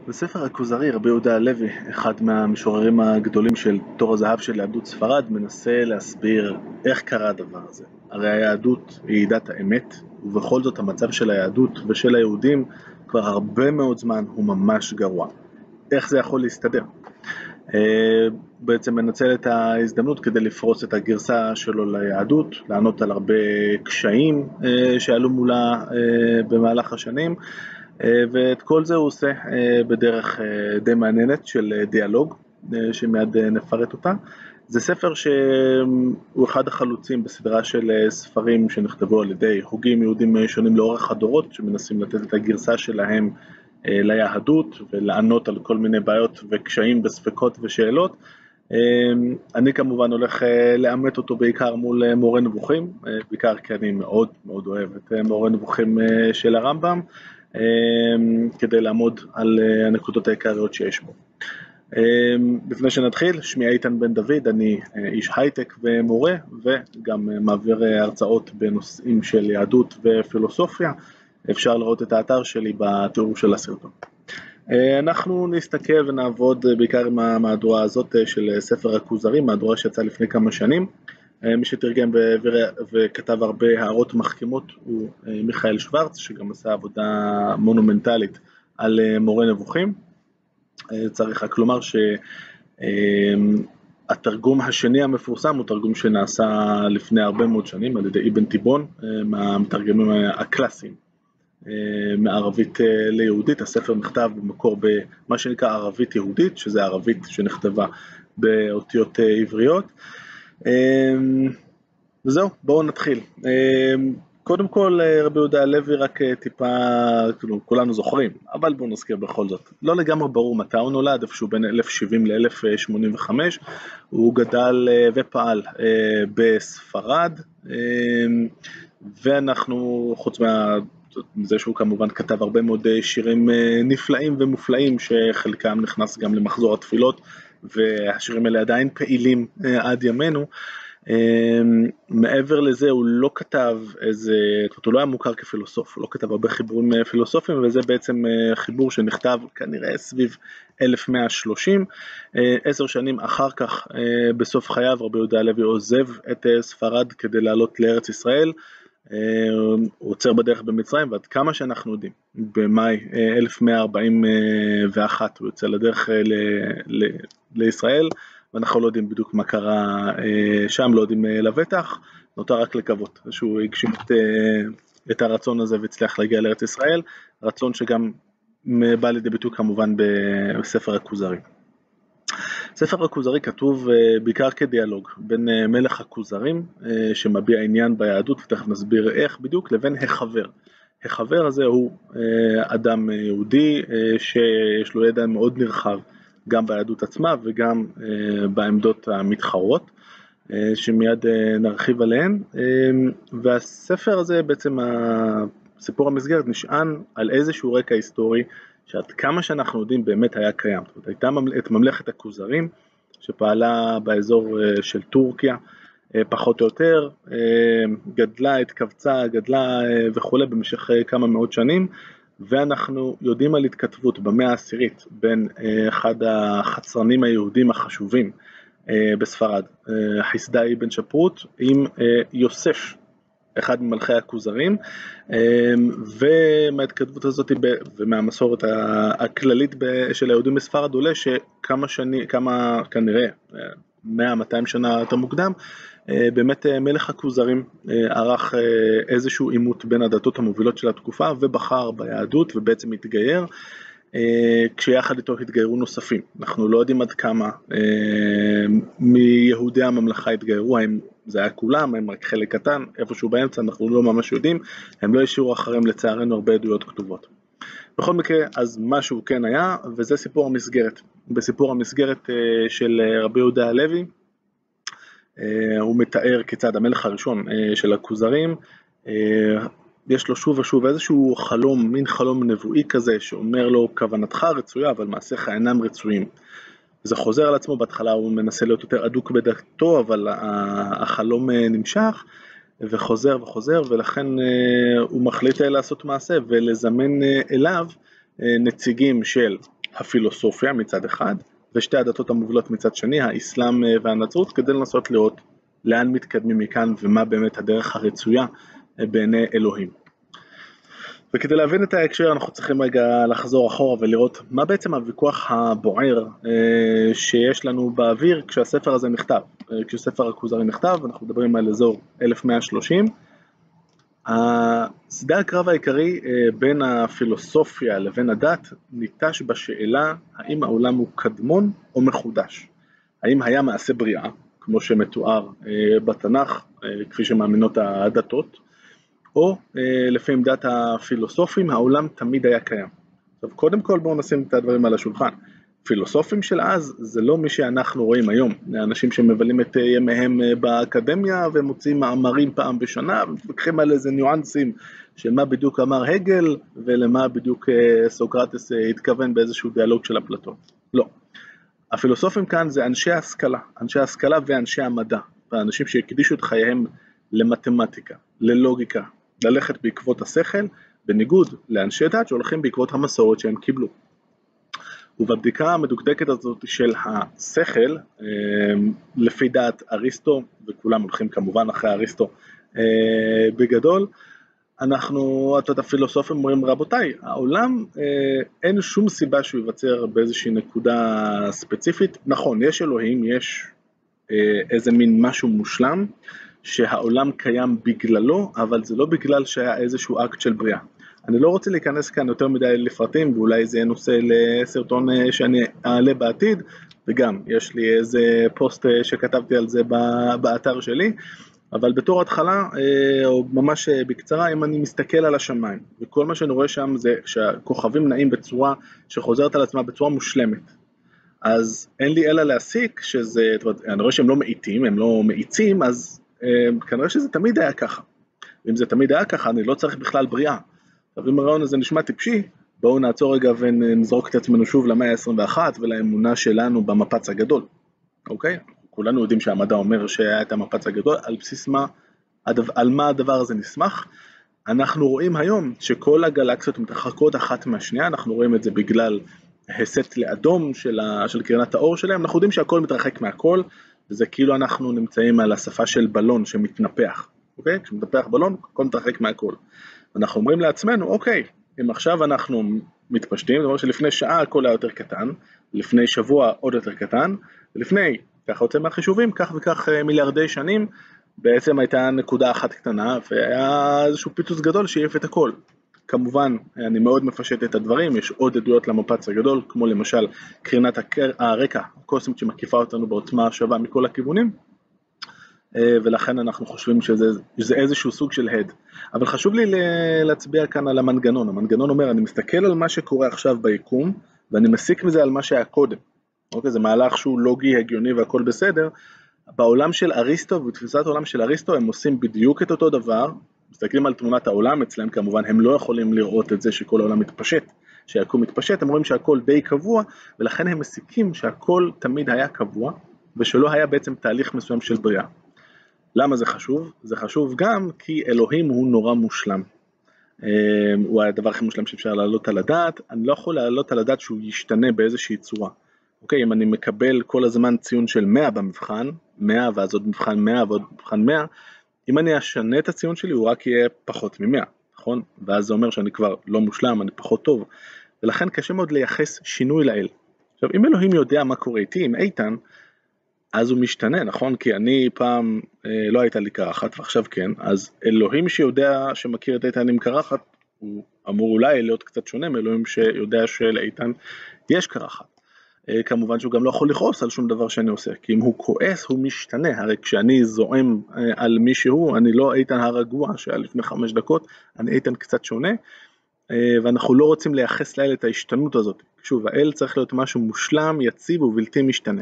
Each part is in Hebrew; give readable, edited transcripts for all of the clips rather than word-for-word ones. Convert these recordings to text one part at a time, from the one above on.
בספר הכוזרי, רבי יהודה הלוי, אחד מהמשוררים הגדולים של תור הזהב של יהדות ספרד, מנסה להסביר איך קרה הדבר הזה. הרי היהדות היא דת האמת, ובכל זאת המצב של היהדות ושל היהודים כבר הרבה מאוד זמן הוא ממש גרוע. איך זה יכול להסתדר? בעצם מנצל את ההזדמנות כדי לפרוס את הגרסה שלו ליהדות, לענות על הרבה קשיים שעלו מולה במהלך השנים, ואת כל זה הוא עושה בדרך די מעניינת של דיאלוג, שמיד נפרט אותה. זה ספר שהוא אחד החלוצים בסדרה של ספרים שנכתבו על ידי הוגים יהודים שונים לאורך הדורות, שמנסים לתת את הגרסה שלהם ליהדות ולענות על כל מיני בעיות וקשיים בספקות ושאלות. אני כמובן הולך לאמת אותו בעיקר מול מורה נבוכים, בעיקר כי אני מאוד מאוד אוהב את מורה נבוכים של הרמב"ם, כדי לעמוד על הנקודות העיקריות שיש בו. לפני שנתחיל, שמי איתן בן דוד, אני איש הייטק ומורה, וגם מעביר הרצאות בנושאים של יהדות ופילוסופיה. אפשר לראות את האתר שלי בתיאור של הסרטון. אנחנו נסתכל ונעבוד בעיקר עם המהדורה הזאת של ספר הכוזרי, מהדורה שיצאה לפני כמה שנים. מי שתרגם וכתב הרבה הערות מחכימות הוא מיכאל שוורץ, שגם עשה עבודה מונומנטלית על מורה נבוכים. צריך רק לומר שהתרגום השני המפורסם הוא תרגום שנעשה לפני הרבה מאוד שנים על ידי אבן תיבון, מהמתרגמים הקלאסיים מערבית ליהודית. הספר נכתב במקור במה שנקרא ערבית יהודית, שזה ערבית שנכתבה באותיות עבריות. וזהו, בואו נתחיל. קודם כל, רבי יהודה הלוי רק טיפה, כולנו זוכרים, אבל בואו נזכיר בכל זאת. לא לגמרי ברור מתי הוא נולד, איפשהו בין 1070 ל-1085, הוא גדל ופעל בספרד, ואנחנו, חוץ מזה שהוא כמובן כתב הרבה מאוד שירים נפלאים ומופלאים, שחלקם נכנס גם למחזור התפילות, והשירים האלה עדיין פעילים עד ימינו. מעבר לזה הוא לא כתב הוא לא היה מוכר כפילוסוף, הוא לא כתב הרבה חיבורים פילוסופיים, וזה בעצם חיבור שנכתב כנראה סביב 1130. 10 שנים אחר כך, בסוף חייו, רבי יהודה הלוי עוזב את ספרד כדי לעלות לארץ ישראל. הוא עוצר בדרך במצרים, ועד כמה שאנחנו יודעים, במאי 1141 הוא יוצא לדרך לישראל, ואנחנו לא יודעים בדיוק מה קרה שם, לא יודעים לבטח, נותר רק לקוות שהוא הגשים את הרצון הזה והצליח להגיע לארץ ישראל, רצון שגם בא לידי ביטוי כמובן בספר הכוזרי. ספר הכוזרי כתוב בעיקר כדיאלוג בין מלך הכוזרים שמביע עניין ביהדות, ותכף נסביר איך בדיוק, לבין החבר. החבר הזה הוא אדם יהודי שיש לו ידע מאוד נרחב גם ביהדות עצמה וגם בעמדות המתחרות, שמיד נרחיב עליהן. והספר הזה, בעצם סיפור המסגרת, נשען על איזשהו רקע היסטורי שעד כמה שאנחנו יודעים באמת היה קיים. זאת אומרת, הייתה את ממלכת הכוזרים שפעלה באזור של טורקיה, פחות או יותר, גדלה, התכווצה, גדלה וכו' במשך כמה מאות שנים, ואנחנו יודעים על התכתבות במאה העשירית בין אחד החצרנים היהודים החשובים בספרד, חסדאי בן שפרוט, עם יוסף, אחד ממלכי הכוזרים, ומההתכתבות הזאת ומהמסורת הכללית של היהודים בספרד עולה שכמה כנראה 100-200 שנה יותר מוקדם, באמת מלך הכוזרים ערך איזשהו עימות בין הדתות המובילות של התקופה, ובחר ביהדות ובעצם התגייר, כשיחד איתו התגיירו נוספים. אנחנו לא יודעים עד כמה מיהודי הממלכה התגיירו, האם זה היה כולם, הם רק חלק קטן, איפשהו באמצע, אנחנו לא ממש יודעים, הם לא השאירו אחריהם לצערנו הרבה עדויות כתובות. בכל מקרה, אז משהו כן היה, וזה סיפור המסגרת. בסיפור המסגרת של רבי יהודה הלוי, הוא מתאר כיצד המלך הראשון של הכוזרים, יש לו שוב ושוב איזשהו חלום, מין חלום נבואי כזה, שאומר לו, כוונתך רצויה, אבל מעשיך אינם רצויים. זה חוזר על עצמו, בהתחלה הוא מנסה להיות יותר אדוק בדעתו, אבל החלום נמשך, וחוזר וחוזר, ולכן הוא מחליט לעשות מעשה, ולזמן אליו נציגים של הפילוסופיה מצד אחד, ושתי הדתות המובילות מצד שני, האסלאם והנצרות, כדי לנסות לראות לאן מתקדמים מכאן ומה באמת הדרך הרצויה בעיני אלוהים. וכדי להבין את ההקשר אנחנו צריכים רגע לחזור אחורה ולראות מה בעצם הוויכוח הבוער שיש לנו באוויר כשהספר הזה נכתב. כשספר הכוזרי נכתב, אנחנו מדברים על אזור 1130, שדה הקרב העיקרי בין הפילוסופיה לבין הדת ניטש בשאלה האם העולם הוא קדמון או מחודש. האם היה מעשה בריאה, כמו שמתואר בתנ"ך, כפי שמאמינות הדתות, או לפי עמדת הפילוסופים, העולם תמיד היה קיים. עכשיו, קודם כל בואו נשים את הדברים על השולחן. פילוסופים של אז זה לא מי שאנחנו רואים היום. אנשים שמבלים את ימיהם באקדמיה ומוצאים מאמרים פעם בשנה, ומתווכחים על איזה ניואנסים של מה בדיוק אמר הגל, ולמה בדיוק סוקרטס התכוון באיזשהו דיאלוג של אפלטון. לא. הפילוסופים כאן זה אנשי ההשכלה ואנשי המדע, והאנשים שהקדישו את חייהם למתמטיקה, ללוגיקה, ללכת בעקבות השכל, בניגוד לאנשי דת שהולכים בעקבות המסורת שהם קיבלו. ובבדיקה המדוקדקת הזאת של השכל, לפי דעת אריסטו, וכולם הולכים כמובן אחרי אריסטו בגדול, אנחנו, הפילוסופים אומרים, רבותיי, העולם אין שום סיבה שהוא ייווצר באיזושהי נקודה ספציפית. נכון, יש אלוהים, יש איזה מין משהו מושלם, שהעולם קיים בגללו, אבל זה לא בגלל שהיה איזשהו אקט של בריאה. אני לא רוצה להיכנס כאן יותר מדי לפרטים, ואולי זה נושא לסרטון שאני אעלה בעתיד, וגם יש לי איזה פוסט שכתבתי על זה באתר שלי, אבל בתור התחלה, או ממש בקצרה, אם אני מסתכל על השמיים, וכל מה שאני רואה שם זה שהכוכבים נעים בצורה שחוזרת על עצמה בצורה מושלמת, אז אין לי אלא להסיק שזה, אני רואה שהם לא מאיטים, הם לא מאיצים, אז כנראה שזה תמיד היה ככה. ואם זה תמיד היה ככה, אני לא צריך בכלל בריאה. אבל אם הרעיון הזה נשמע טיפשי, בואו נעצור רגע ונזרוק את עצמנו שוב למאה ה-21 ולאמונה שלנו במפץ הגדול. אוקיי? כולנו יודעים שהמדע אומר שהיה את המפץ הגדול, על בסיס מה, על מה הדבר הזה נסמך. אנחנו רואים היום שכל הגלקסיות מתרחקות אחת מהשנייה, אנחנו רואים את זה בגלל הסט לאדום של קרינת האור שלהם, אנחנו יודעים שהכל מתרחק מהכל, וזה כאילו אנחנו נמצאים על השפה של בלון שמתנפח. אוקיי? כשמתנפח בלון, הכל מתרחק מהכל. אנחנו אומרים לעצמנו, אוקיי, אם עכשיו אנחנו מתפשטים, זאת אומרת שלפני שעה הכל היה יותר קטן, לפני שבוע עוד יותר קטן, ולפני, ככה יוצא מהחישובים, כך וכך מיליארדי שנים, בעצם הייתה נקודה אחת קטנה, והיה איזשהו פיצוץ גדול שהעיף את הכל. כמובן, אני מאוד מפשט את הדברים, יש עוד עדויות למפץ הגדול, כמו למשל קרינת הרקע הקוסמית שמקיפה אותנו בעוצמה שווה מכל הכיוונים, ולכן אנחנו חושבים שזה איזשהו סוג של הד. אבל חשוב לי להצביע כאן על המנגנון. המנגנון אומר, אני מסתכל על מה שקורה עכשיו ביקום, ואני מסיק מזה על מה שהיה קודם. אוקיי, זה מהלך שהוא לוגי, הגיוני והכל בסדר. בעולם של אריסטו ובתפיסת העולם של אריסטו הם עושים בדיוק את אותו דבר, מסתכלים על תמונת העולם, אצלם כמובן הם לא יכולים לראות את זה שכל העולם מתפשט, שהיקום מתפשט, הם אומרים שהכל די קבוע, ולכן הם מסיקים שהכל תמיד היה קבוע, ושלא היה בעצם תהליך מסוים של בריאה. למה זה חשוב? זה חשוב גם כי אלוהים הוא נורא מושלם. הוא הדבר הכי מושלם שאפשר להעלות על הדעת, אני לא יכול להעלות על הדעת שהוא ישתנה באיזושהי צורה. אוקיי, אם אני מקבל כל הזמן ציון של 100 במבחן, 100 ואז עוד מבחן 100 ועוד מבחן 100, אם אני אשנה את הציון שלי הוא רק יהיה פחות מ-100, נכון? ואז זה אומר שאני כבר לא מושלם, אני פחות טוב, ולכן קשה מאוד לייחס שינוי לאל. עכשיו, אם אלוהים יודע מה קורה איתי עם איתן, אז הוא משתנה, נכון? כי אני פעם לא הייתה לי קרחת, ועכשיו כן, אז אלוהים שיודע שמכיר את איתן עם קרחת, הוא אמור אולי להיות קצת שונה מאלוהים שיודע שלאיתן יש קרחת. כמובן שהוא גם לא יכול לכעוס על שום דבר שאני עושה, כי אם הוא כועס הוא משתנה, הרי כשאני זועם על מישהו, אני לא איתן הרגוע שהיה לפני 5 דקות, אני איתן קצת שונה, ואנחנו לא רוצים לייחס לאל את ההשתנות הזאת. שוב, האל צריך להיות משהו מושלם, יציב ובלתי משתנה.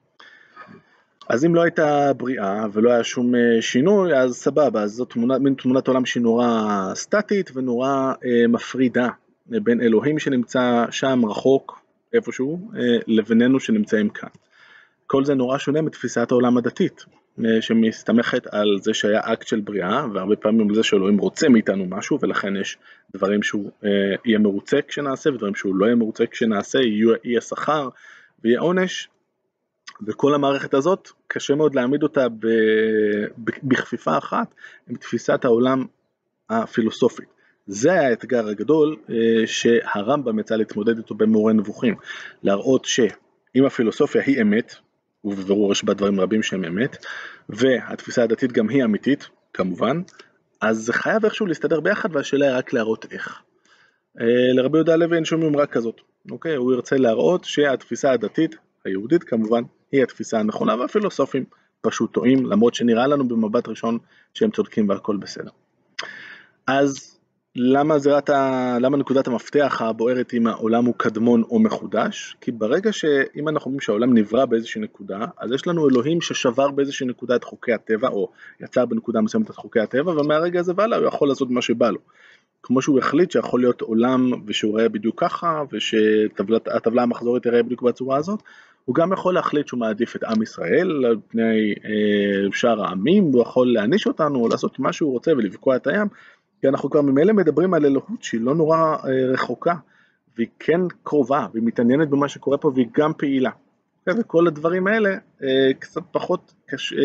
אז אם לא הייתה בריאה ולא היה שום שינוי, אז סבבה, אז זאת תמונת עולם שהיא נורא סטטית ונורא מפרידה בין אלוהים שנמצא שם רחוק איפשהו, לבינינו שנמצאים כאן. כל זה נורא שונה מתפיסת העולם הדתית. שמסתמכת על זה שהיה אקט של בריאה, והרבה פעמים על זה שאלוהים רוצה מאיתנו משהו, ולכן יש דברים שהוא יהיה מרוצה כשנעשה, ודברים שהוא לא יהיה מרוצה כשנעשה, יהיה שכר ויהיה עונש, וכל המערכת הזאת קשה מאוד להעמיד אותה בכפיפה אחת עם תפיסת העולם הפילוסופית. זה היה האתגר הגדול שהרמב"ם יצא להתמודד איתו במורה נבוכים, להראות שאם הפילוסופיה היא אמת, ובבירור יש בה דברים רבים שהם אמת, והתפיסה הדתית גם היא אמיתית, כמובן, אז זה חייב איכשהו להסתדר ביחד, והשאלה היא רק להראות איך. לרבי יהודה הלוי אין שום יומרה כזאת, אוקיי? הוא ירצה להראות שהתפיסה הדתית, היהודית כמובן, היא התפיסה הנכונה, והפילוסופים פשוט טועים, למרות שנראה לנו במבט ראשון שהם צודקים והכל בסדר. אז למה נקודת המפתח הבוערת אם העולם הוא קדמון או מחודש? כי ברגע שאם אנחנו אומרים שהעולם נברא באיזושהי נקודה, אז יש לנו אלוהים ששבר באיזושהי נקודה את חוקי הטבע, או יצר בנקודה מסוימת את חוקי הטבע, ומהרגע הזה והלאה הוא יכול לעשות מה שבא לו. כמו שהוא החליט שיכול להיות עולם ושהוא ראה בדיוק ככה, ושהטבלה המחזורית תראה בדיוק בצורה הזאת, הוא גם יכול להחליט שהוא מעדיף את עם ישראל על פני שאר העמים, הוא יכול להעניש אותנו או לעשות מה שהוא רוצה ולבקוע את הים, כי אנחנו כבר ממילא מדברים על אלוהות שהיא לא נורא רחוקה, והיא כן קרובה, והיא מתעניינת במה שקורה פה, והיא גם פעילה. וכל הדברים האלה קצת פחות,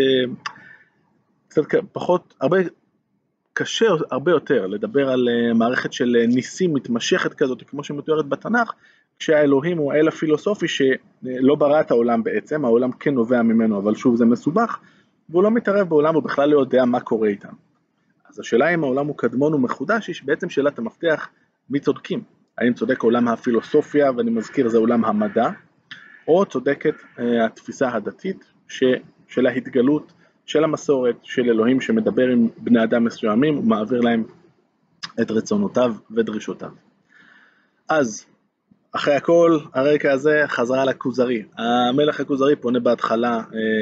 קשה הרבה יותר לדבר על מערכת של ניסים מתמשכת כזאת, כמו שמתוארת בתנ"ך, כשהאלוהים הוא האל הפילוסופי שלא ברא את העולם בעצם, העולם כן נובע ממנו, אבל שוב זה מסובך, והוא לא מתערב בעולם, הוא בכלל לא יודע מה קורה איתם. אז השאלה אם העולם הוא קדמון ומחודש, היא בעצם שאלת המפתח, מי צודקים? האם צודק עולם הפילוסופיה, ואני מזכיר זה עולם המדע, או צודקת התפיסה הדתית של ההתגלות, של המסורת, של אלוהים שמדבר עם בני אדם מסוימים, ומעביר להם את רצונותיו ודרישותיו. אז, אחרי הכל, הרקע הזה חזרה לכוזרי. המלך הכוזרי פונה בהתחלה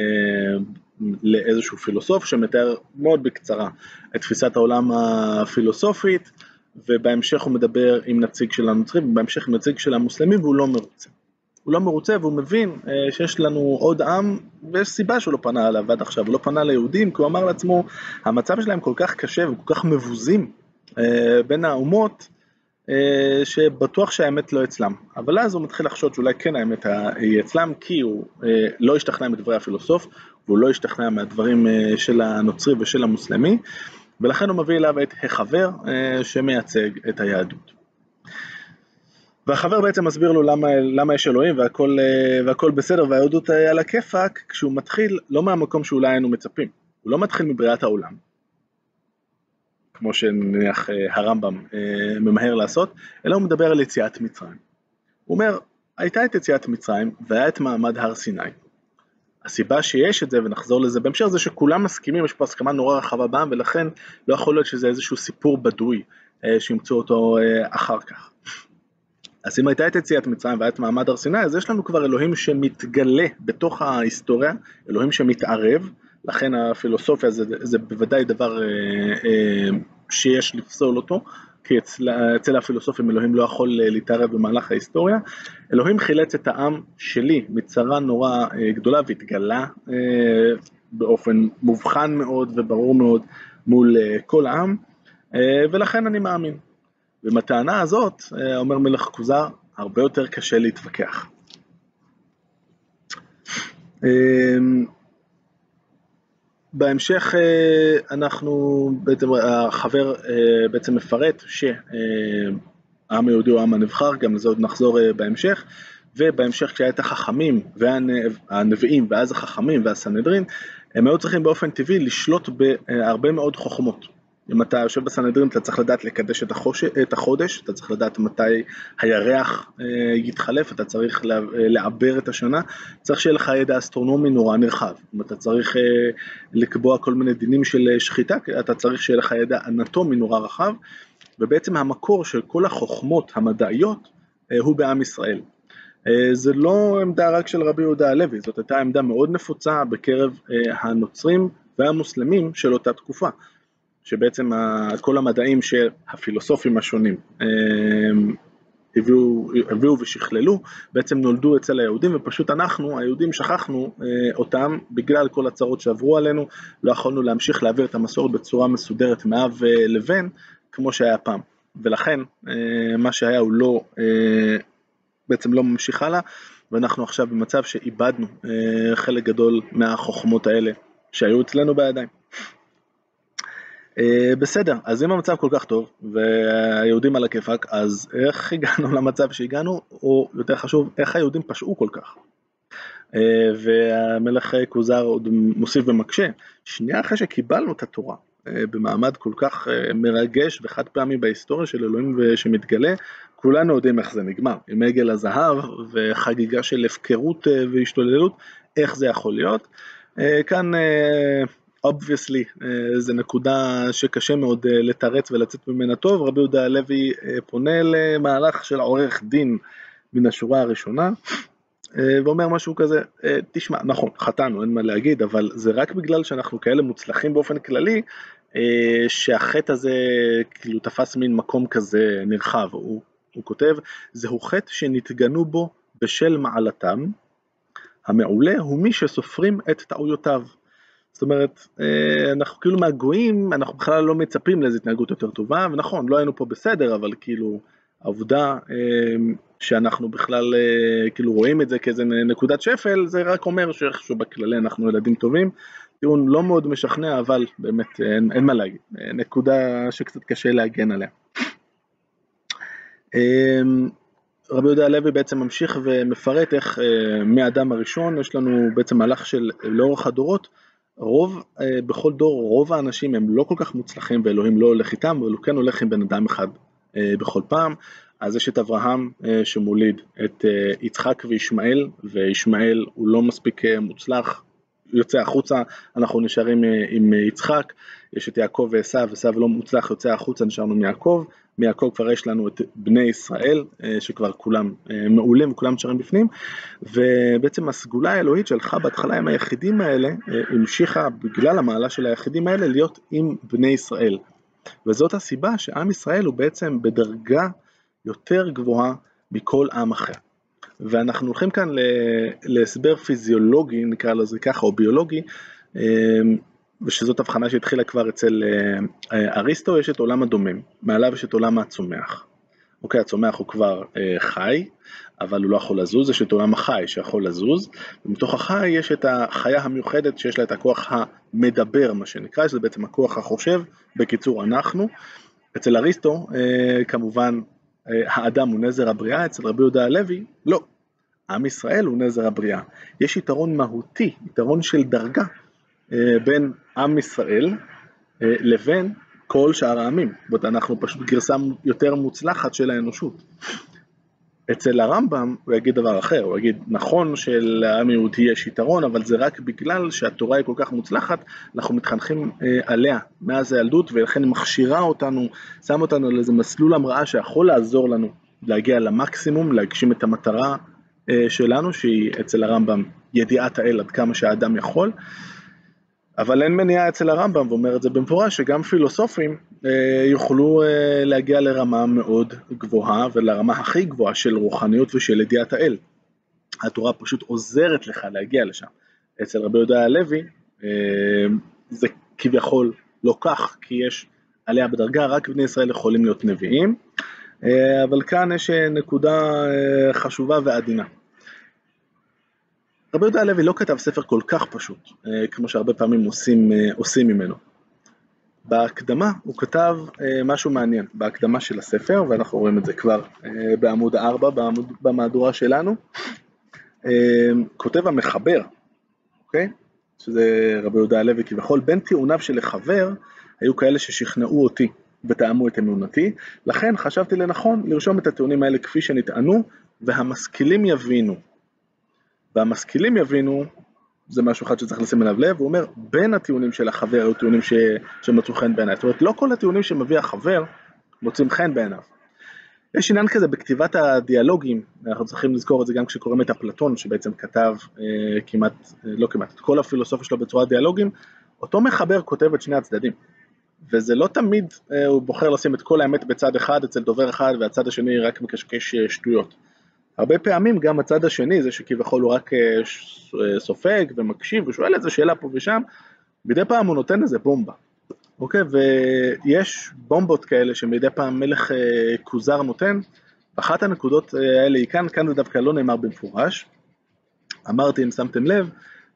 לאיזשהו פילוסוף שמתאר מאוד בקצרה את תפיסת העולם הפילוסופית, ובהמשך הוא מדבר עם נציג של הנוצרים, ובהמשך עם נציג של המוסלמים, והוא לא מרוצה. הוא לא מרוצה והוא מבין שיש לנו עוד עם, ויש סיבה שהוא לא פנה עליו עד עכשיו, הוא לא פנה ליהודים, כי הוא אמר לעצמו, המצב שלהם כל כך קשה וכל כך מבוזים בין האומות, שבטוח שהאמת לא אצלם. אבל אז הוא מתחיל לחשוד שאולי כן האמת היא אצלם, כי הוא לא השתכנע מדברי הפילוסוף, והוא לא השתכנע מהדברים של הנוצרי ושל המוסלמי, ולכן הוא מביא אליו את החבר שמייצג את היהדות. והחבר בעצם מסביר לו למה יש אלוהים והכל בסדר, והיהדות על הכיפק, כשהוא מתחיל לא מהמקום שאולי היינו מצפים. הוא לא מתחיל מבריאת העולם, כמו שנניח הרמב"ם ממהר לעשות, אלא הוא מדבר על יציאת מצרים. הוא אומר, הייתה את יציאת מצרים והיה את מעמד הר סיני. הסיבה שיש את זה, ונחזור לזה בהמשך, זה שכולם מסכימים, יש פה הסכמה נורא רחבה בעם, ולכן לא יכול להיות שזה איזשהו סיפור בדוי שימצאו אותו אחר כך. אז אם הייתה את יציאת מצרים והיה את מעמד הר סיני, אז יש לנו כבר אלוהים שמתגלה בתוך ההיסטוריה, אלוהים שמתערב, לכן הפילוסופיה זה בוודאי דבר שיש לפסול אותו, כי אצל הפילוסופים אלוהים לא יכול להתערב במהלך ההיסטוריה. אלוהים חילץ את העם שלי מצרה נורא גדולה, והתגלה באופן מובחן מאוד וברור מאוד מול כל העם, ולכן אני מאמין. ומהטענה הזאת, אומר מלך כוזר, הרבה יותר קשה להתווכח. בהמשך החבר בעצם מפרט שהעם היהודי הוא העם הנבחר, גם לזה עוד נחזור בהמשך, ובהמשך כשהיה את החכמים והנביאים ואז החכמים והסנהדרין, הם היו צריכים באופן טבעי לשלוט בהרבה מאוד חוכמות. אם אתה יושב בסנהדרין, אתה צריך לדעת לקדש את החודש, אתה צריך לדעת מתי הירח יתחלף, אתה צריך לעבר את השנה, צריך שיהיה לך ידע אסטרונומי נורא נרחב. אם אתה צריך לקבוע כל מיני דינים של שחיטה, אתה צריך שיהיה לך ידע אנטומי נורא רחב, ובעצם המקור של כל החוכמות המדעיות הוא בעם ישראל. זה לא עמדה רק של רבי יהודה הלוי, זאת הייתה עמדה מאוד נפוצה בקרב הנוצרים והמוסלמים של אותה תקופה. שבעצם כל המדעים של הפילוסופים השונים הביאו ושכללו, בעצם נולדו אצל היהודים, ופשוט אנחנו, היהודים, שכחנו אותם, בגלל כל הצרות שעברו עלינו, לא יכולנו להמשיך להעביר את המסורת בצורה מסודרת מאב לבן, כמו שהיה פעם. ולכן, מה שהיה הוא לא, בעצם לא ממשיך הלאה, ואנחנו עכשיו במצב שאיבדנו חלק גדול מהחוכמות האלה שהיו אצלנו בידיים. בסדר, אז אם המצב כל כך טוב והיהודים על הכיפק, אז איך הגענו למצב שהגענו, או יותר חשוב, איך היהודים פשעו כל כך? והמלך כוזר עוד מוסיף ומקשה, שנייה אחרי שקיבלנו את התורה במעמד כל כך מרגש וחד פעמי בהיסטוריה של אלוהים שמתגלה, כולנו יודעים איך זה נגמר, עם עגל הזהב וחגיגה של הפקרות והשתוללות, איך זה יכול להיות. כאן obviously זה נקודה שקשה מאוד לתרץ ולצאת ממנה טוב. רבי יהודה הלוי פונה למהלך של עורך דין מן השורה הראשונה, ואומר משהו כזה, תשמע, נכון, חטאנו, אין מה להגיד, אבל זה רק בגלל שאנחנו כאלה מוצלחים באופן כללי, שהחטא הזה כאילו תפס מין מקום כזה נרחב. הוא כותב, זהו חטא שנתגנו בו בשל מעלתם, המעולה הוא מי שסופרים את טעויותיו. זאת אומרת, אנחנו כאילו מהגויים, אנחנו בכלל לא מצפים לאיזו התנהגות יותר טובה, ונכון, לא היינו פה בסדר, אבל כאילו, העובדה שאנחנו בכלל כאילו רואים את זה כאיזה נקודת שפל, זה רק אומר שאיכשהו בכללי אנחנו ילדים טובים. טיעון לא מאוד משכנע, אבל באמת אין מה להגיד, נקודה שקצת קשה להגן עליה. רבי יהודה הלוי בעצם ממשיך ומפרט איך מהאדם הראשון יש לנו בעצם מהלך של לאורך הדורות, בכל דור רוב האנשים הם לא כל כך מוצלחים ואלוהים לא הולך איתם, אבל הוא כן הולך עם בן אדם אחד בכל פעם. אז יש את אברהם שמוליד את יצחק וישמעאל, וישמעאל הוא לא מספיק מוצלח, יוצא החוצה, אנחנו נשארים עם יצחק. יש את יעקב ועשיו, עשיו לא מוצלח, יוצא החוצה, נשארנו מיעקב. מיעקב כבר יש לנו את בני ישראל, שכבר כולם מעולים וכולם נשארים בפנים, ובעצם הסגולה האלוהית שהלכה בהתחלה עם היחידים האלה, המשיכה בגלל המעלה של היחידים האלה להיות עם בני ישראל. וזאת הסיבה שעם ישראל הוא בעצם בדרגה יותר גבוהה מכל עם אחר. ואנחנו הולכים כאן להסבר פיזיולוגי, נקרא לזה ככה, או ביולוגי, ושזאת הבחנה שהתחילה כבר אצל אריסטו. יש את עולם הדומם, מעליו יש את עולם הצומח. אוקיי, הצומח הוא כבר חי, אבל הוא לא יכול לזוז. יש את עולם החי שיכול לזוז, ומתוך החי יש את החיה המיוחדת שיש לה את הכוח המדבר, מה שנקרא, שזה בעצם הכוח החושב, בקיצור אנחנו. אצל אריסטו, כמובן, האדם הוא נזר הבריאה, אצל רבי יהודה הלוי, לא. עם ישראל הוא נזר הבריאה. יש יתרון מהותי, יתרון של דרגה, בין עם ישראל לבין כל שאר העמים. אנחנו פשוט גרסה יותר מוצלחת של האנושות. אצל הרמב"ם הוא יגיד דבר אחר, הוא יגיד נכון שלעם יהודי יש יתרון, אבל זה רק בגלל שהתורה היא כל כך מוצלחת, אנחנו מתחנכים עליה מאז הילדות, ולכן היא מכשירה אותנו, שם אותנו על איזה מסלול המראה שיכול לעזור לנו להגיע למקסימום, להגשים את המטרה שלנו, שהיא אצל הרמב"ם ידיעת האל עד כמה שהאדם יכול. אבל אין מניעה אצל הרמב"ם, ואומר את זה במפורש, שגם פילוסופים יוכלו להגיע לרמה מאוד גבוהה, ולרמה הכי גבוהה של רוחניות ושל ידיעת האל. התורה פשוט עוזרת לך להגיע לשם. אצל רבי יהודה הלוי זה כביכול לא כך, כי יש עליה בדרגה, רק בני ישראל יכולים להיות נביאים, אבל כאן יש נקודה חשובה ועדינה. רבי יהודה הלוי לא כתב ספר כל כך פשוט, כמו שהרבה פעמים עושים ממנו. בהקדמה הוא כתב משהו מעניין, בהקדמה של הספר, ואנחנו רואים את זה כבר בעמוד 4, במהדורה שלנו. כותב המחבר, אוקיי? שזה רבי יהודה הלוי כביכול, בין טיעוניו של החבר, היו כאלה ששכנעו אותי וטעמו את אמונתי, לכן חשבתי לנכון לרשום את הטיעונים האלה כפי שנטענו, והמשכילים יבינו. והמשכילים יבינו, זה משהו אחד שצריך לשים אליו לב, הוא אומר, בין הטיעונים של החבר היו טיעונים שמצאו חן בעיניו. זאת אומרת, לא כל הטיעונים שמביא החבר מוצאים חן בעיניו. יש עניין כזה בכתיבת הדיאלוגים, אנחנו צריכים לזכור את זה גם כשקוראים את אפלטון, שבעצם כתב לא כמעט, את כל הפילוסופיה שלו בצורת דיאלוגים, אותו מחבר כותב את שני הצדדים. וזה לא תמיד הוא בוחר לשים את כל האמת בצד אחד אצל דובר אחד והצד השני רק מקשקש שטויות. הרבה פעמים גם הצד השני, זה שכביכול הוא רק סופג ומקשיב ושואל איזה שאלה פה ושם, מדי פעם הוא נותן איזה בומבה. אוקיי, ויש בומבות כאלה שמדי פעם מלך כוזר נותן, ואחת הנקודות האלה היא כאן זה דווקא לא נאמר במפורש, אמרתי אם שמתם לב,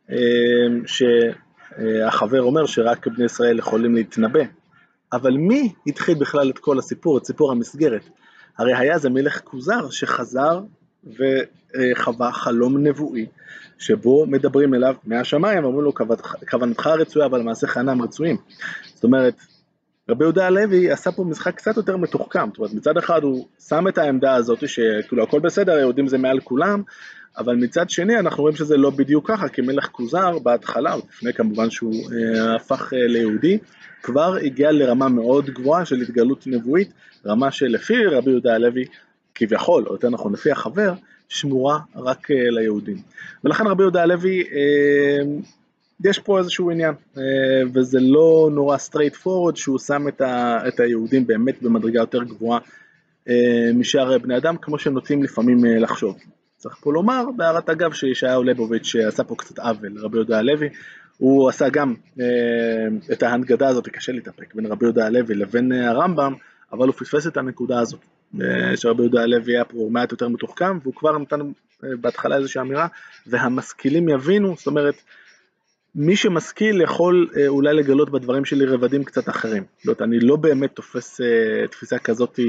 שהחבר אומר שרק בני ישראל יכולים להתנבא, אבל מי התחיל בכלל את כל הסיפור, את סיפור המסגרת? הרי היה זה מלך כוזר שחזר וחווה חלום נבואי, שבו מדברים אליו מהשמיים, ואומרים לו כוונתך רצויה, אבל מעשיך אינם רצויים. זאת אומרת, רבי יהודה הלוי עשה פה משחק קצת יותר מתוחכם, זאת אומרת, מצד אחד הוא שם את העמדה הזאת, שכאילו הכל בסדר, היהודים זה מעל כולם, אבל מצד שני אנחנו רואים שזה לא בדיוק ככה, כי מלך כוזר בהתחלה, לפני כמובן שהוא הפך ליהודי, כבר הגיע לרמה מאוד גבוהה של התגלות נבואית, רמה שלפי רבי יהודה הלוי, כביכול, או יותר נכון לפי החבר, שמורה רק ליהודים. ולכן רבי יהודה הלוי, יש פה איזשהו עניין, וזה לא נורא straight forward, שהוא שם את היהודים באמת במדרגה יותר גבוהה משאר בני אדם, כמו שהם נוטים לפעמים לחשוב. צריך פה לומר, בהערת אגב, שישעיהו ליבוביץ' עשה פה קצת עוול, רבי יהודה הלוי, הוא עשה גם את ההנגדה הזאת, קשה להתאפק, בין רבי יהודה הלוי לבין הרמב"ם, אבל הוא פספס את הנקודה הזאת, שרבי יהודה הלוי היה פה מעט יותר מתוחכם, והוא כבר נתן בהתחלה איזושהי אמירה, והמשכילים יבינו, זאת אומרת, מי שמשכיל יכול אולי לגלות בדברים שלי רבדים קצת אחרים. אני לא באמת תופס תפיסה כזאת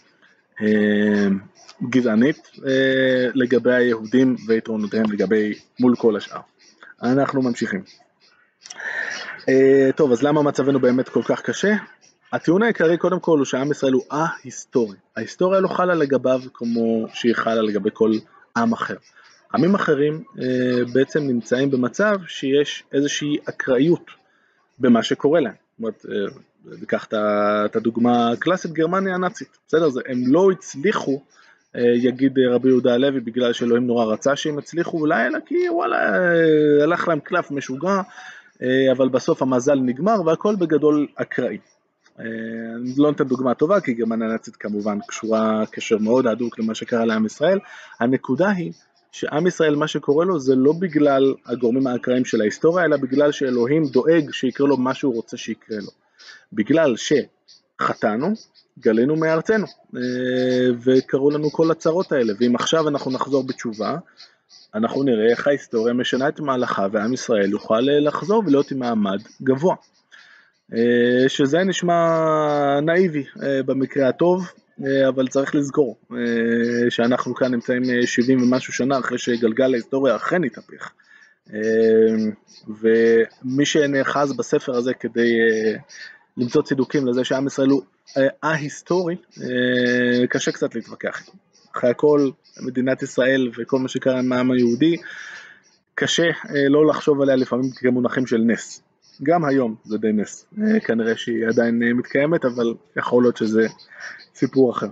גזענית לגבי היהודים ויתרונותיהם לגבי מול כל השאר. אנחנו ממשיכים. טוב, אז למה מצבנו באמת כל כך קשה? הטיעון העיקרי קודם כל הוא שעם ישראל הוא ההיסטורי. ההיסטוריה לא חלה לגביו כמו שהיא חלה לגבי כל עם אחר. עמים אחרים בעצם נמצאים במצב שיש איזושהי אקראיות במה שקורה להם. זאת אומרת, ניקח את הדוגמה הקלאסית, גרמניה הנאצית. בסדר, הם לא הצליחו, יגיד רבי יהודה הלוי, בגלל שאלוהים נורא רצה שהם הצליחו אולי, אלא כי וואלה, הלך להם קלף משוגע, אבל בסוף המזל נגמר והכל בגדול אקראי. אני לא נותן דוגמה טובה, כי גרמניה הנאצית כמובן קשורה קשר מאוד הדוק למה שקרה לעם ישראל. הנקודה היא שעם ישראל מה שקורה לו זה לא בגלל הגורמים האקראיים של ההיסטוריה, אלא בגלל שאלוהים דואג שיקרה לו מה שהוא רוצה שיקרה לו. בגלל שחטאנו, גלינו מארצנו, וקראו לנו כל הצרות האלה, ואם עכשיו אנחנו נחזור בתשובה, אנחנו נראה איך ההיסטוריה משנה את מהלכה, ועם ישראל יוכל לחזור ולהיות עם מעמד גבוה. שזה נשמע נאיבי במקרה הטוב, אבל צריך לזכור שאנחנו כאן נמצאים 70 ומשהו שנה אחרי שגלגל ההיסטוריה אכן התהפך. ומי שנאחז בספר הזה כדי למצוא צידוקים לזה שעם ישראל הוא ההיסטורי, קשה קצת להתווכח. אחרי הכל, מדינת ישראל וכל מה שקרה עם העם היהודי, קשה לא לחשוב עליה לפעמים כמונחים של נס. גם היום זה די נס, כנראה שהיא עדיין מתקיימת, אבל יכול להיות שזה סיפור אחר.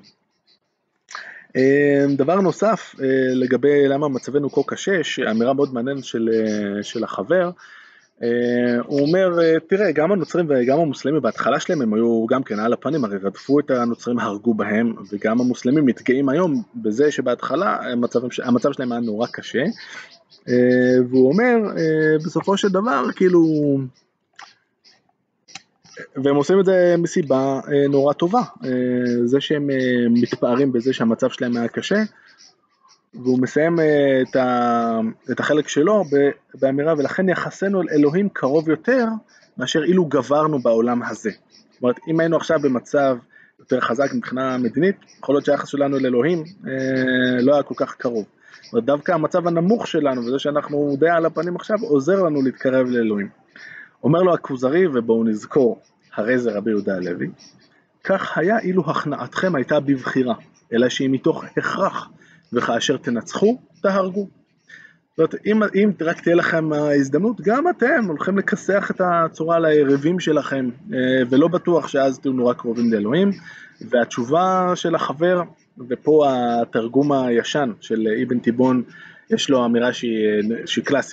דבר נוסף, לגבי למה מצבנו כה קשה, שאמירה מאוד מעניינת של החבר, הוא אומר, תראה, גם הנוצרים וגם המוסלמים בהתחלה שלהם הם היו גם כן על הפנים, הרי רדפו את הנוצרים, הרגו בהם, וגם המוסלמים מתגאים היום בזה שבהתחלה המצב שלהם היה נורא קשה, והוא אומר, בסופו של דבר, כאילו, והם עושים את זה מסיבה נורא טובה, זה שהם מתפארים בזה שהמצב שלהם היה קשה, והוא מסיים את החלק שלו באמירה, ולכן יחסנו אל אלוהים קרוב יותר, מאשר אילו גברנו בעולם הזה. זאת אומרת, אם היינו עכשיו במצב יותר חזק מבחינה מדינית, יכול להיות שהיחס שלנו אל אלוהים לא היה כל כך קרוב. זאת אומרת, דווקא המצב הנמוך שלנו, וזה שאנחנו די על הפנים עכשיו, עוזר לנו להתקרב לאלוהים. אומר לו הכוזרי, ובואו נזכור, הרי זה רבי יהודה הלוי, כך היה אילו הכנעתכם הייתה בבחירה, אלא שהיא מתוך הכרח, וכאשר תנצחו, תהרגו. זאת אומרת, אם רק תהיה לכם ההזדמנות, גם אתם הולכים לכסח את הצורה על היריבים שלכם, ולא בטוח שאז תהיו נורא קרובים לאלוהים, והתשובה של החבר, ופה התרגום הישן של אבן תיבון, יש לו אמירה שהיא קלאסיקה.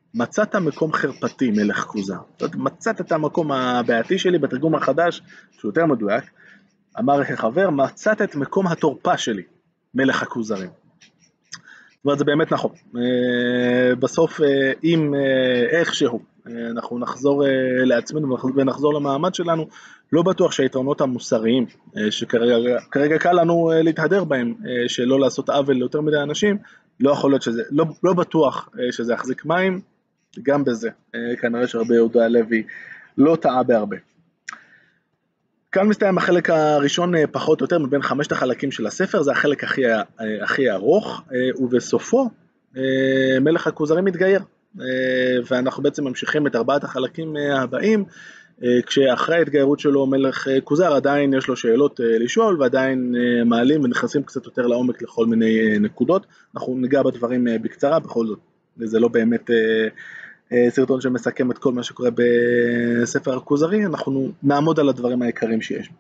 מצאת מקום חרפתי מלך כוזה. מצאת את המקום הבעייתי שלי בתרגום החדש, שהוא יותר מדויק, אמר החבר, מצאת את מקום התורפה שלי, מלך הכוזרים. זאת אומרת, זה באמת נכון. בסוף, אם איכשהו אנחנו נחזור לעצמנו ונחזור למעמד שלנו, לא בטוח שהיתרונות המוסריים, שכרגע קל לנו להתהדר בהם, שלא לעשות עוול ליותר מדי אנשים, לא יכול להיות שזה, לא בטוח שזה יחזיק מים, גם בזה. כנראה שרבי יהודה הלוי לא טעה בהרבה. כאן מסתיים החלק הראשון פחות או יותר מבין 5 החלקים של הספר, זה החלק הכי ארוך, ובסופו מלך הכוזרים מתגייר, ואנחנו בעצם ממשיכים את 4 החלקים הבאים, כשאחרי ההתגיירות שלו מלך כוזר עדיין יש לו שאלות לשאול, ועדיין מעלים ונכנסים קצת יותר לעומק לכל מיני נקודות, אנחנו ניגע בדברים בקצרה, בכל זאת זה לא באמת סרטון שמסכם את כל מה שקורה בספר הכוזרי, אנחנו נעמוד על הדברים העיקריים שיש.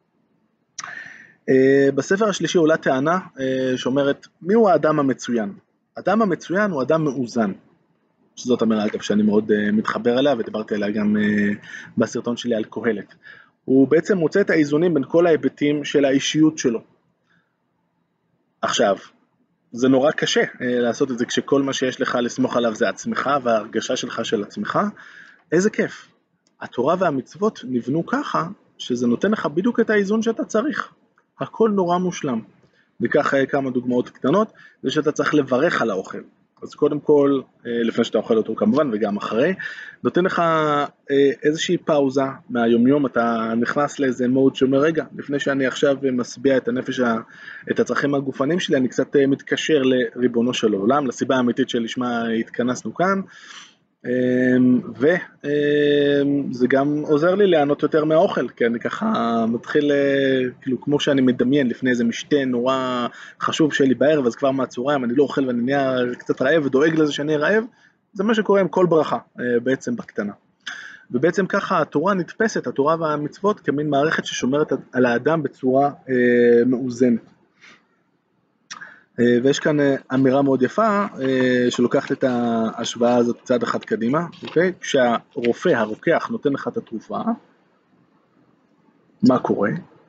בספר השלישי עולה טענה שאומרת, מי הוא האדם המצוין? האדם המצוין הוא אדם מאוזן, שזאת אמירה אגב שאני מאוד מתחבר אליה, ודיברתי עליה גם בסרטון שלי על קהלת. הוא בעצם מוצא את האיזונים בין כל ההיבטים של האישיות שלו. עכשיו, זה נורא קשה לעשות את זה כשכל מה שיש לך לסמוך עליו זה עצמך וההרגשה שלך של עצמך. איזה כיף. התורה והמצוות נבנו ככה שזה נותן לך בדיוק את האיזון שאתה צריך. הכל נורא מושלם. ניקח כמה דוגמאות קטנות, זה שאתה צריך לברך על האוכל. אז קודם כל, לפני שאתה אוכל אותו כמובן וגם אחרי, נותן לך איזושהי פאוזה מהיומיום, אתה נכנס לאיזה מוד שאומר, רגע, לפני שאני עכשיו מסביע את הנפש, את הצרכים הגופניים שלי, אני קצת מתקשר לריבונו של העולם, לסיבה האמיתית שלשמה התכנסנו כאן, וזה גם עוזר לי לענות יותר מהאוכל, כי אני ככה מתחיל, כאילו כמו שאני מדמיין לפני איזה משתה נורא חשוב שלי בערב, אז כבר מהצהריים אני לא אוכל ואני נהיה קצת רעב ודואג לזה שאני רעב, זה מה שקורה עם כל ברכה בעצם בקטנה. ובעצם ככה התורה נתפסת, התורה והמצוות כמין מערכת ששומרת על האדם בצורה מאוזנת. ויש כאן אמירה מאוד יפה שלוקחת את ההשוואה הזאת צעד אחד קדימה, אוקיי? כשהרופא, הרוקח נותן לך את התרופה, מה קורה?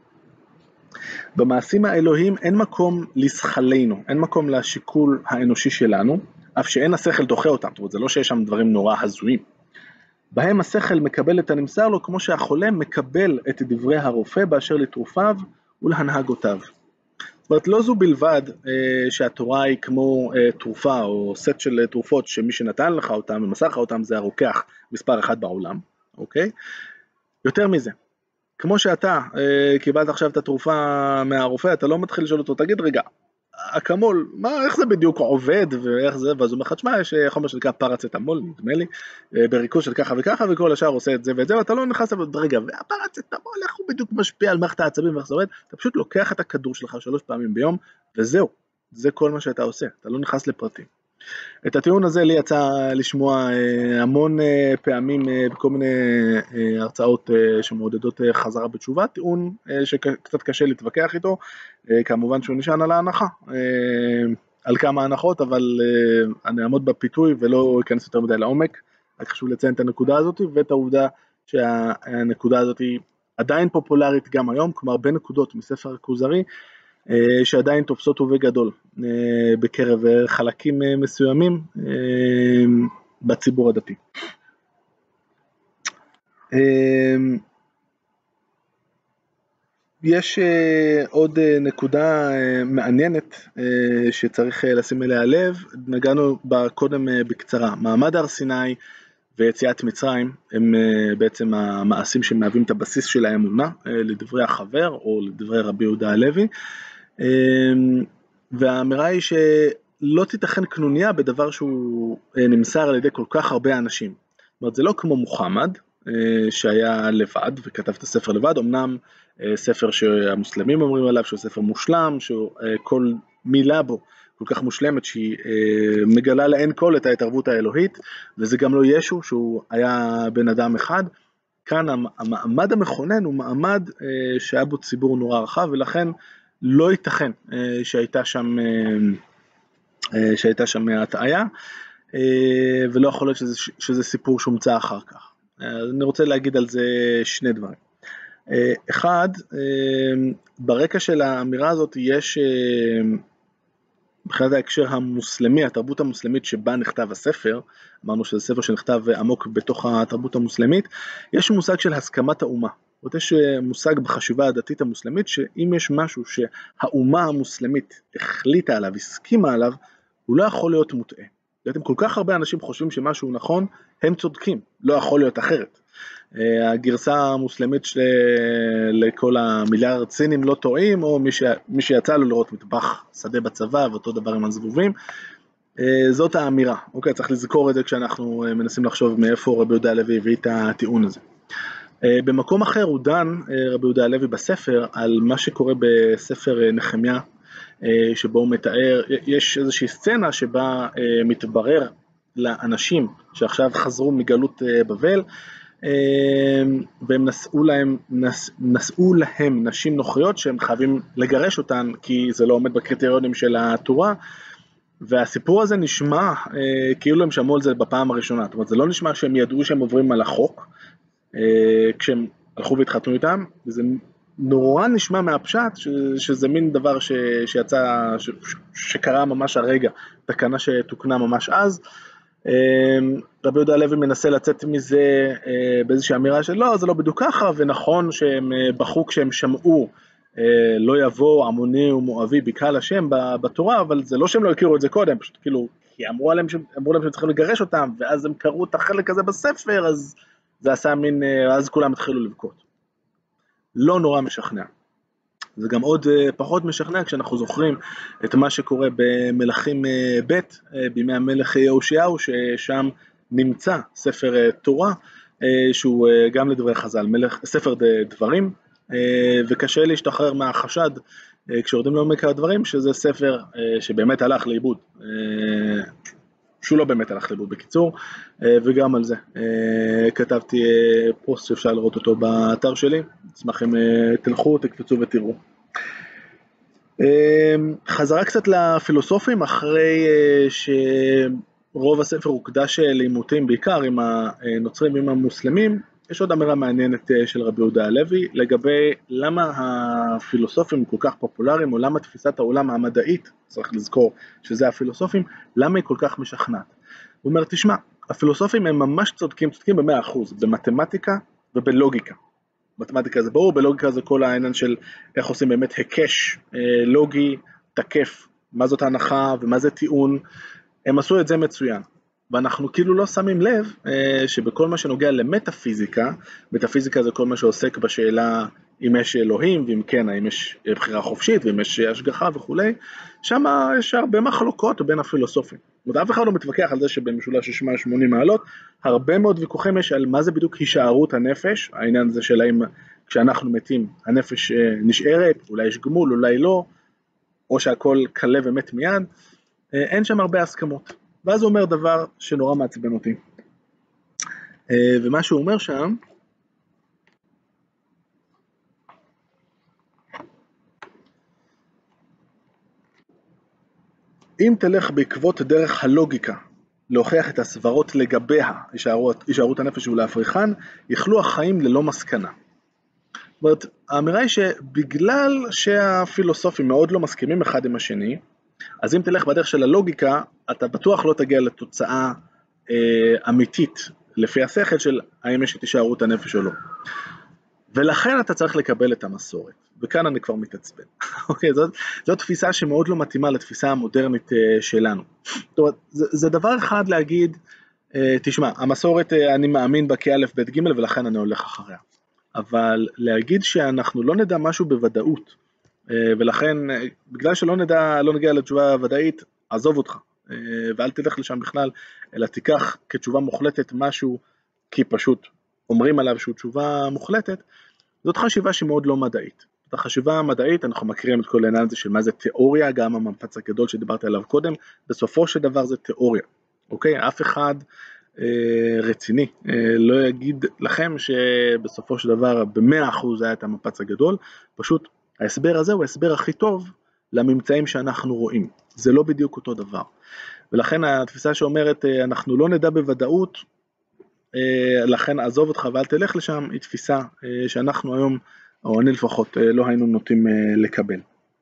במעשים האלוהיים אין מקום לשכלנו, אין מקום לשיקול האנושי שלנו, אף שאין השכל דוחה אותם, זאת אומרת, זה לא שיש שם דברים נורא הזויים. בהם השכל מקבל את הנמסר לו כמו שהחולה מקבל את דברי הרופא באשר לתרופיו ולהנהגותיו. זאת אומרת, לא זו בלבד שהתורה היא כמו תרופה או סט של תרופות שמי שנתן לך אותם ומסר לך אותם זה הרוקח מספר 1 בעולם, אוקיי? יותר מזה, כמו שאתה קיבלת עכשיו את התרופה מהרופא, אתה לא מתחיל לשאול אותו, תגיד רגע, אקמול, איך זה בדיוק עובד ואיך זה, ואז הוא אומר לך, תשמע, יש חומר שנקרא פרצטמול, נדמה לי, בריכוז של ככה וככה, וכל השאר עושה את זה ואת זה, ואתה לא נכנס לבד, רגע, והפרצטמול, איך הוא בדיוק משפיע על מערכת העצבים ואיך זה עובד, אתה פשוט לוקח את הכדור שלך 3 פעמים ביום, וזהו, זה כל מה שאתה עושה, אתה לא נכנס לפרטים. את הטיעון הזה לי יצא לשמוע המון פעמים בכל מיני הרצאות שמעודדות חזרה בתשובה, טיעון שקצת קשה להתווכח איתו, כמובן שהוא נשען על ההנחה, על כמה הנחות, אבל אני אעמוד בפיתוי ולא אכנס יותר מדי לעומק, רק חשוב לציין את הנקודה הזאת, ואת העובדה שהנקודה הזאת היא עדיין פופולרית גם היום, כלומר בין נקודות מספר הכוזרי, שעדיין תופסות ובגדול בקרב חלקים מסוימים בציבור הדתי. יש עוד נקודה מעניינת שצריך לשים אליה לב, נגענו בה קודם בקצרה, מעמד הר סיני ויציאת מצרים הם בעצם המעשים שמהווים את הבסיס של האמונה, לדברי החבר או לדברי רבי יהודה הלוי, והאמירה היא שלא תיתכן קנוניה בדבר שהוא נמסר על ידי כל כך הרבה אנשים. זאת אומרת, זה לא כמו מוחמד שהיה לבד וכתב את הספר לבד, אמנם ספר שהמוסלמים אומרים עליו שהוא ספר מושלם, שכל מילה בו כל כך מושלמת שהיא מגלה לאין כל את ההתערבות האלוהית, וזה גם לא ישו שהוא היה בן אדם אחד. כאן המעמד המכונן הוא מעמד שהיה בו ציבור נורא רחב, ולכן לא ייתכן שהייתה שם הטעיה, ולא יכול להיות שזה סיפור שהומצא אחר כך. אני רוצה להגיד על זה שני דברים. אחד, ברקע של האמירה הזאת יש, מבחינת ההקשר המוסלמי, התרבות המוסלמית שבה נכתב הספר, אמרנו שזה ספר שנכתב עמוק בתוך התרבות המוסלמית, יש מושג של הסכמת האומה. זאת אומרת, יש מושג בחשיבה הדתית המוסלמית, שאם יש משהו שהאומה המוסלמית החליטה עליו, הסכימה עליו, הוא לא יכול להיות מוטעה. זאת אומרת, כל כך הרבה אנשים חושבים שמשהו נכון, הם צודקים, לא יכול להיות אחרת. הגרסה המוסלמית לכל המיליארד סינים לא טועים, או מי שיצא לו לראות מטבח שדה בצבא, ואותו דבר עם הזבובים, זאת האמירה. אוקיי, צריך לזכור את זה כשאנחנו מנסים לחשוב מאיפה רבי יהודה הלוי הביא את הטיעון הזה. במקום אחר הוא דן, רבי יהודה הלוי בספר, על מה שקורה בספר נחמיה, שבו הוא מתאר, יש איזושהי סצנה שבה מתברר לאנשים שעכשיו חזרו מגלות בבל, והם נשאו להם נשים נוכריות שהם חייבים לגרש אותן כי זה לא עומד בקריטריונים של התורה, והסיפור הזה נשמע כאילו הם שמעו על זה בפעם הראשונה. זאת אומרת, זה לא נשמע שהם ידעו שהם עוברים על החוק כשהם הלכו והתחתנו איתם, וזה נורא נשמע מהפשט שזה מין דבר שיצא, שקרה ממש הרגע, תקנה שתוקנה ממש אז. רבי יהודה הלוי מנסה לצאת מזה באיזושהי אמירה של לא, זה לא בדיוק ככה, ונכון שהם בחרו כשהם שמעו לא יבוא עמוני ומואבי בקהל השם בתורה, אבל זה לא שהם לא הכירו את זה קודם, פשוט כאילו, כי אמרו להם שהם צריכים לגרש אותם, ואז הם קראו את החלק הזה בספר, אז זה עשה מין, אז כולם התחילו לבכות. לא נורא משכנע. זה גם עוד פחות משכנע כשאנחנו זוכרים את מה שקורה במלכים ב' בימי המלך יהושיהו, ששם נמצא ספר תורה, שהוא גם לדברי חז"ל, ספר דברים, וקשה להשתחרר מהחשד כשיורדים לעומק הדברים, שזה ספר שבאמת הלך לאיבוד, שהוא לא באמת הלך לאיבוד בקיצור, וגם על זה כתבתי פוסט שאפשר לראות אותו באתר שלי, אשמח אם תלכו, תקפצו ותראו. חזרה קצת לפילוסופים, אחרי שרוב הספר הוקדש לעימותים בעיקר עם הנוצרים ועם המוסלמים, יש עוד אמירה מעניינת של רבי יהודה הלוי, לגבי למה הפילוסופים כל כך פופולריים, או למה תפיסת העולם המדעית, צריך לזכור שזה הפילוסופים, למה היא כל כך משכנעת. הוא אומר, תשמע, הפילוסופים הם ממש צודקים ב100%, במתמטיקה ובלוגיקה. מתמטיקה זה ברור, בלוגיקה זה כל העניין של איך עושים באמת היקש לוגי, תקף, מה זאת ההנחה ומה זה טיעון, הם עשו את זה מצוין. ואנחנו כאילו לא שמים לב שבכל מה שנוגע למטאפיזיקה, מטאפיזיקה זה כל מה שעוסק בשאלה אם יש אלוהים, ואם כן, האם יש בחירה חופשית, ואם יש השגחה וכו', שם יש הרבה מחלוקות בין הפילוסופים. זאת אומרת, אף אחד לא מתווכח על זה שבמשולש יש 180 מעלות, הרבה מאוד ויכוחים יש על מה זה בדיוק הישארות הנפש, העניין הזה של האם כשאנחנו מתים הנפש נשארת, אולי יש גמול, אולי לא, או שהכל קלה ומת מיד, אין שם הרבה הסכמות. ואז הוא אומר דבר שנורא מעצבן אותי. ומה שהוא אומר שם, אם תלך בעקבות דרך הלוגיקה, להוכיח את הסברות לגביה, הישארות הנפש ולהפריכן, יכלו החיים ללא מסקנה. זאת אומרת, האמירה היא שבגלל שהפילוסופים מאוד לא מסכימים אחד עם השני, אז אם תלך בדרך של הלוגיקה, אתה בטוח לא תגיע לתוצאה אמיתית, לפי השכל של האם יש את הישארות הנפש או לא. ולכן אתה צריך לקבל את המסורת, וכאן אני כבר מתעצבן. אוקיי, זאת תפיסה שמאוד לא מתאימה לתפיסה המודרנית שלנו. זאת אומרת, זה דבר אחד להגיד, תשמע, המסורת אני מאמין בה כאלף בית ג' ולכן אני הולך אחריה. אבל להגיד שאנחנו לא נדע משהו בוודאות, ולכן בגלל שלא נגיע לתשובה ודאית, עזוב אותך, ואל תלך לשם בכלל, אלא תיקח כתשובה מוחלטת משהו, כי פשוט אומרים עליו שהוא תשובה מוחלטת, זאת חשיבה שהיא מאוד לא מדעית. את החשיבה המדעית, אנחנו מכירים את כל העניין הזה של מה זה תיאוריה, גם המנפץ הגדול שדיברתי עליו קודם, בסופו של דבר זה תיאוריה, אוקיי? אף אחד רציני לא יגיד לכם שבסופו של דבר ב100% היה את המנפץ הגדול, פשוט ההסבר הזה הוא ההסבר הכי טוב לממצאים שאנחנו רואים, זה לא בדיוק אותו דבר. ולכן התפיסה שאומרת אנחנו לא נדע בוודאות, לכן עזוב אותך ואל תלך לשם, היא תפיסה שאנחנו היום, או אני לפחות, לא היינו נוטים לקבל.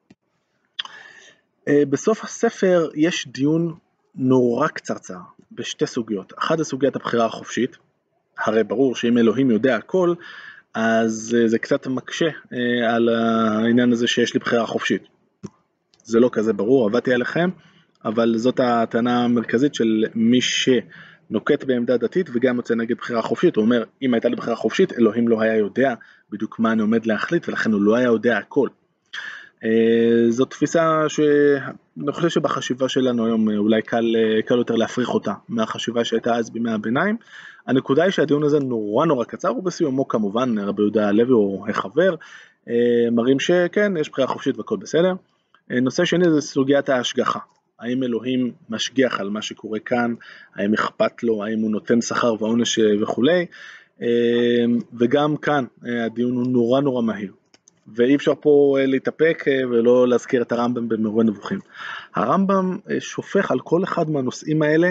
בסוף הספר יש דיון נורא קצרצר בשתי סוגיות. אחת זה סוגיית הבחירה החופשית, הרי ברור שאם אלוהים יודע הכל, אז זה קצת מקשה על העניין הזה שיש לי בחירה חופשית. זה לא כזה ברור, עבדתי עליכם, אבל זאת הטענה המרכזית של מי שנוקט בעמדה דתית וגם יוצא נגד בחירה חופשית. הוא אומר, אם הייתה לי בחירה חופשית, אלוהים לא היה יודע בדיוק מה אני עומד להחליט, ולכן הוא לא היה יודע הכל. זאת תפיסה שאני חושב שבחשיבה שלנו היום אולי קל יותר להפריך אותה מהחשיבה שהייתה אז בימי הביניים. הנקודה היא שהדיון הזה נורא קצר, ובסיומו כמובן רבי יהודה הלוי או החבר מראים שכן, יש בחירה חופשית והכל בסדר. נושא שני זה סוגיית ההשגחה. האם אלוהים משגיח על מה שקורה כאן, האם אכפת לו, האם הוא נותן שכר ועונש וכולי, וגם כאן הדיון הוא נורא מהיר. ואי אפשר פה להתאפק ולא להזכיר את הרמב"ם במורה נבוכים. הרמב"ם שופך על כל אחד מהנושאים האלה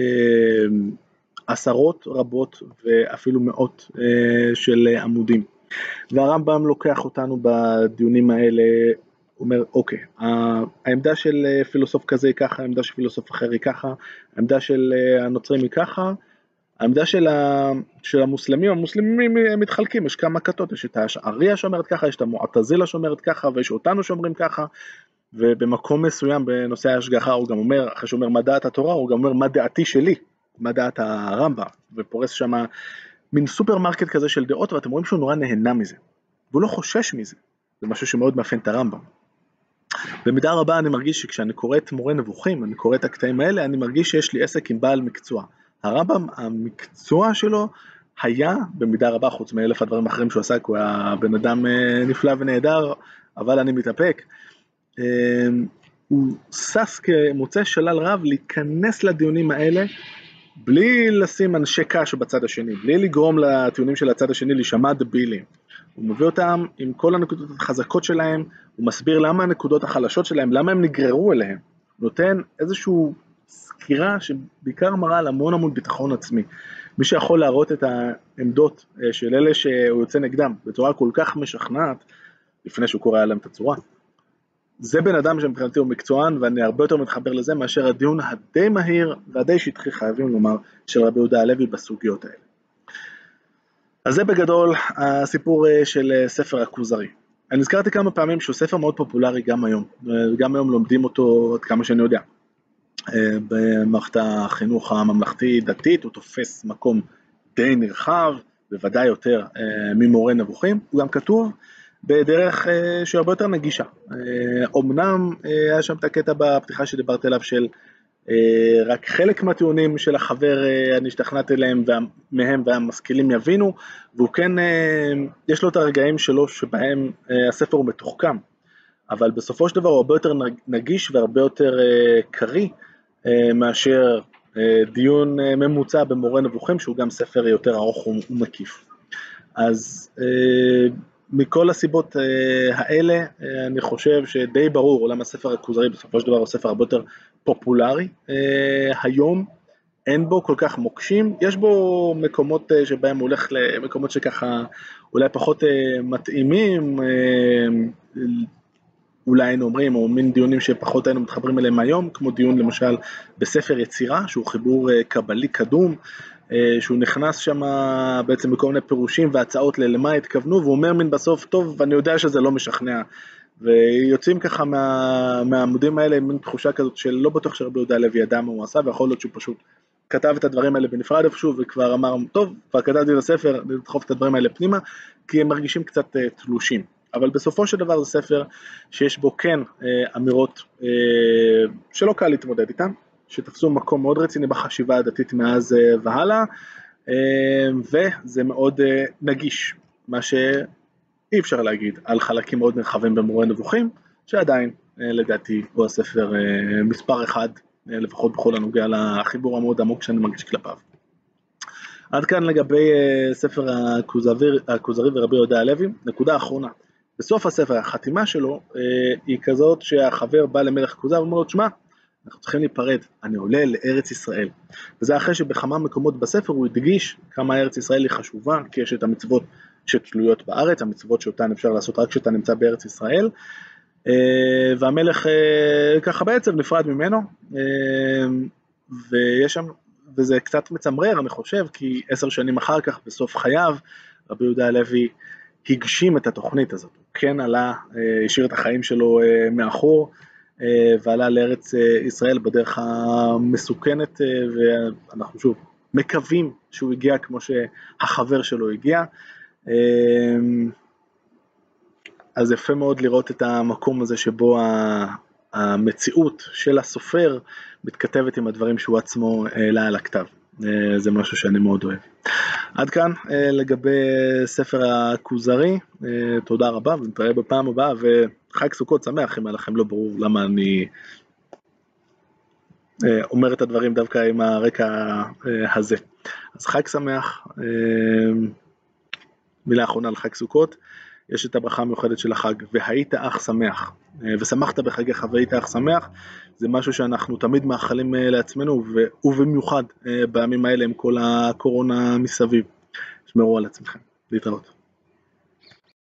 עשרות רבות ואפילו מאות של עמודים. והרמב"ם לוקח אותנו בדיונים האלה, אומר אוקיי, העמדה של פילוסוף כזה היא ככה, העמדה של פילוסוף אחר היא ככה, העמדה של הנוצרים היא ככה, העמדה של המוסלמים מתחלקים, יש כמה כתות, יש את השעריה שאומרת ככה, יש את המועתזילה שאומרת ככה, ויש אותנו שאומרים ככה, ובמקום מסוים בנושא ההשגחה הוא גם אומר, אחרי שאומר מה דעת התורה, הוא גם אומר מה דעתי שלי, מה דעת הרמב"ם, ופורס שם מין סופרמרקט כזה של דעות, ואתם רואים שהוא נורא נהנה מזה, והוא לא חושש מזה, זה משהו שמאוד מאפיין את הרמב"ם. במידה רבה אני מרגיש שכשאני קורא את מורה נבוכים, אני קורא את הקטעים האלה, אני מרגיש שיש לי עסק עם בעל מקצוע. הרמב"ם, המקצוע שלו היה במידה רבה, חוץ מאלף הדברים אחרים שהוא עשה, הוא היה בן אדם נפלא ונהדר, אבל אני מתאפק. הוא סס כמוצא שלל רב להיכנס לדיונים האלה, בלי לשים אנשי קש בצד השני, בלי לגרום לטיעונים של הצד השני להישמע דבילים. הוא מביא אותם עם כל הנקודות החזקות שלהם, הוא מסביר למה הנקודות החלשות שלהם, למה הם נגררו אליהם. נותן איזשהו סקירה שבעיקר מראה על המון ביטחון עצמי. מי שיכול להראות את העמדות של אלה שהוא יוצא נגדם בצורה כל כך משכנעת, לפני שהוא קורא עליהם את הצורה, זה בן אדם שמבחינתי הוא מקצוען, ואני הרבה יותר מתחבר לזה מאשר הדיון הדי מהיר והדי שטחי, חייבים לומר, של רבי יהודה הלוי בסוגיות האלה. אז זה בגדול הסיפור של ספר הכוזרי. אני הזכרתי כמה פעמים שהוא ספר מאוד פופולרי גם היום, וגם היום לומדים אותו עד כמה שאני יודע. במערכת החינוך הממלכתי דתית הוא תופס מקום די נרחב, בוודאי יותר ממורה נבוכים. הוא גם כתוב בדרך שהיא הרבה יותר נגישה. אמנם היה שם את הקטע בפתיחה שדיברתי עליו של רק חלק מהטיעונים של החבר אני השתכנעתי אליהם מהם והמשכילים יבינו, והוא כן, יש לו את הרגעים שלו שבהם הספר הוא מתוחכם, אבל בסופו של דבר הוא הרבה יותר נגיש והרבה יותר קרי מאשר דיון ממוצע במורה נבוכים, שהוא גם ספר יותר ארוך ומקיף. אז מכל הסיבות האלה, אני חושב שדי ברור למה הספר הכוזרי בסופו של דבר הוא ספר הרבה יותר פופולרי היום, אין בו כל כך מוקשים, יש בו מקומות שבהם הוא הולך למקומות שככה אולי פחות מתאימים, אולי היינו אומרים, או מין דיונים שפחות היינו מתחברים אליהם היום, כמו דיון למשל בספר יצירה, שהוא חיבור קבלי קדום, שהוא נכנס שם בעצם בכל מיני פירושים והצעות למה התכוונו, והוא אומר מן בסוף, טוב, ואני יודע שזה לא משכנע, ויוצאים ככה מהעמודים האלה, מין תחושה כזאת של לא בטוח שרבי יהודה הלוי ידע מה הוא עשה, ויכול להיות שהוא פשוט כתב את הדברים האלה בנפרד איפשהו, וכבר אמר, טוב, כבר כתבתי לספר, לדחוף את הדברים האלה פנימה, כי הם מרגישים קצת תלושים. אבל בסופו של דבר זה ספר שיש בו כן אמירות שלא קל להתמודד איתן, שתפסו מקום מאוד רציני בחשיבה הדתית מאז והלאה, וזה מאוד נגיש, מה שאי אפשר להגיד על חלקים מאוד נרחבים במורה נבוכים, שעדיין לדעתי הוא הספר מספר אחד, לפחות בכל הנוגע לחיבור המאוד עמוק שאני מרגיש כלפיו. עד כאן לגבי ספר הכוזרי ורבי יהודה הלוי. נקודה אחרונה, בסוף הספר החתימה שלו היא כזאת שהחבר בא למלך כוזר ואומר לו, תשמע, אנחנו צריכים להיפרד, אני עולה לארץ ישראל. וזה אחרי שבכמה מקומות בספר הוא הדגיש כמה ארץ ישראל היא חשובה, כי יש את המצוות שתלויות בארץ, המצוות שאותן אפשר לעשות רק כשאתה נמצא בארץ ישראל, והמלך ככה בעצם נפרד ממנו, ויש שם, וזה קצת מצמרר אני חושב, כי 10 שנים אחר כך בסוף חייו, רבי יהודה הלוי הגשים את התוכנית הזאת, הוא כן עלה, השאיר את החיים שלו מאחור, ועלה לארץ ישראל בדרך המסוכנת, ואנחנו שוב מקווים שהוא הגיע כמו שהחבר שלו הגיע, אז יפה מאוד לראות את המקום הזה שבו המציאות של הסופר מתכתבת עם הדברים שהוא עצמו העלה על הכתב, זה משהו שאני מאוד אוהב. עד כאן לגבי ספר הכוזרי, תודה רבה ונתראה בפעם הבאה, וחג סוכות שמח, אם לכם לא ברור למה אני אומר את הדברים דווקא עם הרקע הזה. אז חג שמח, מילה אחרונה על חג סוכות, יש את הברכה המיוחדת של החג, והיית אך שמח, ושמחת בחגיך והיית אך שמח, זה משהו שאנחנו תמיד מאחלים לעצמנו, ובמיוחד בימים האלה עם כל הקורונה מסביב. שמרו על עצמכם, להתראות.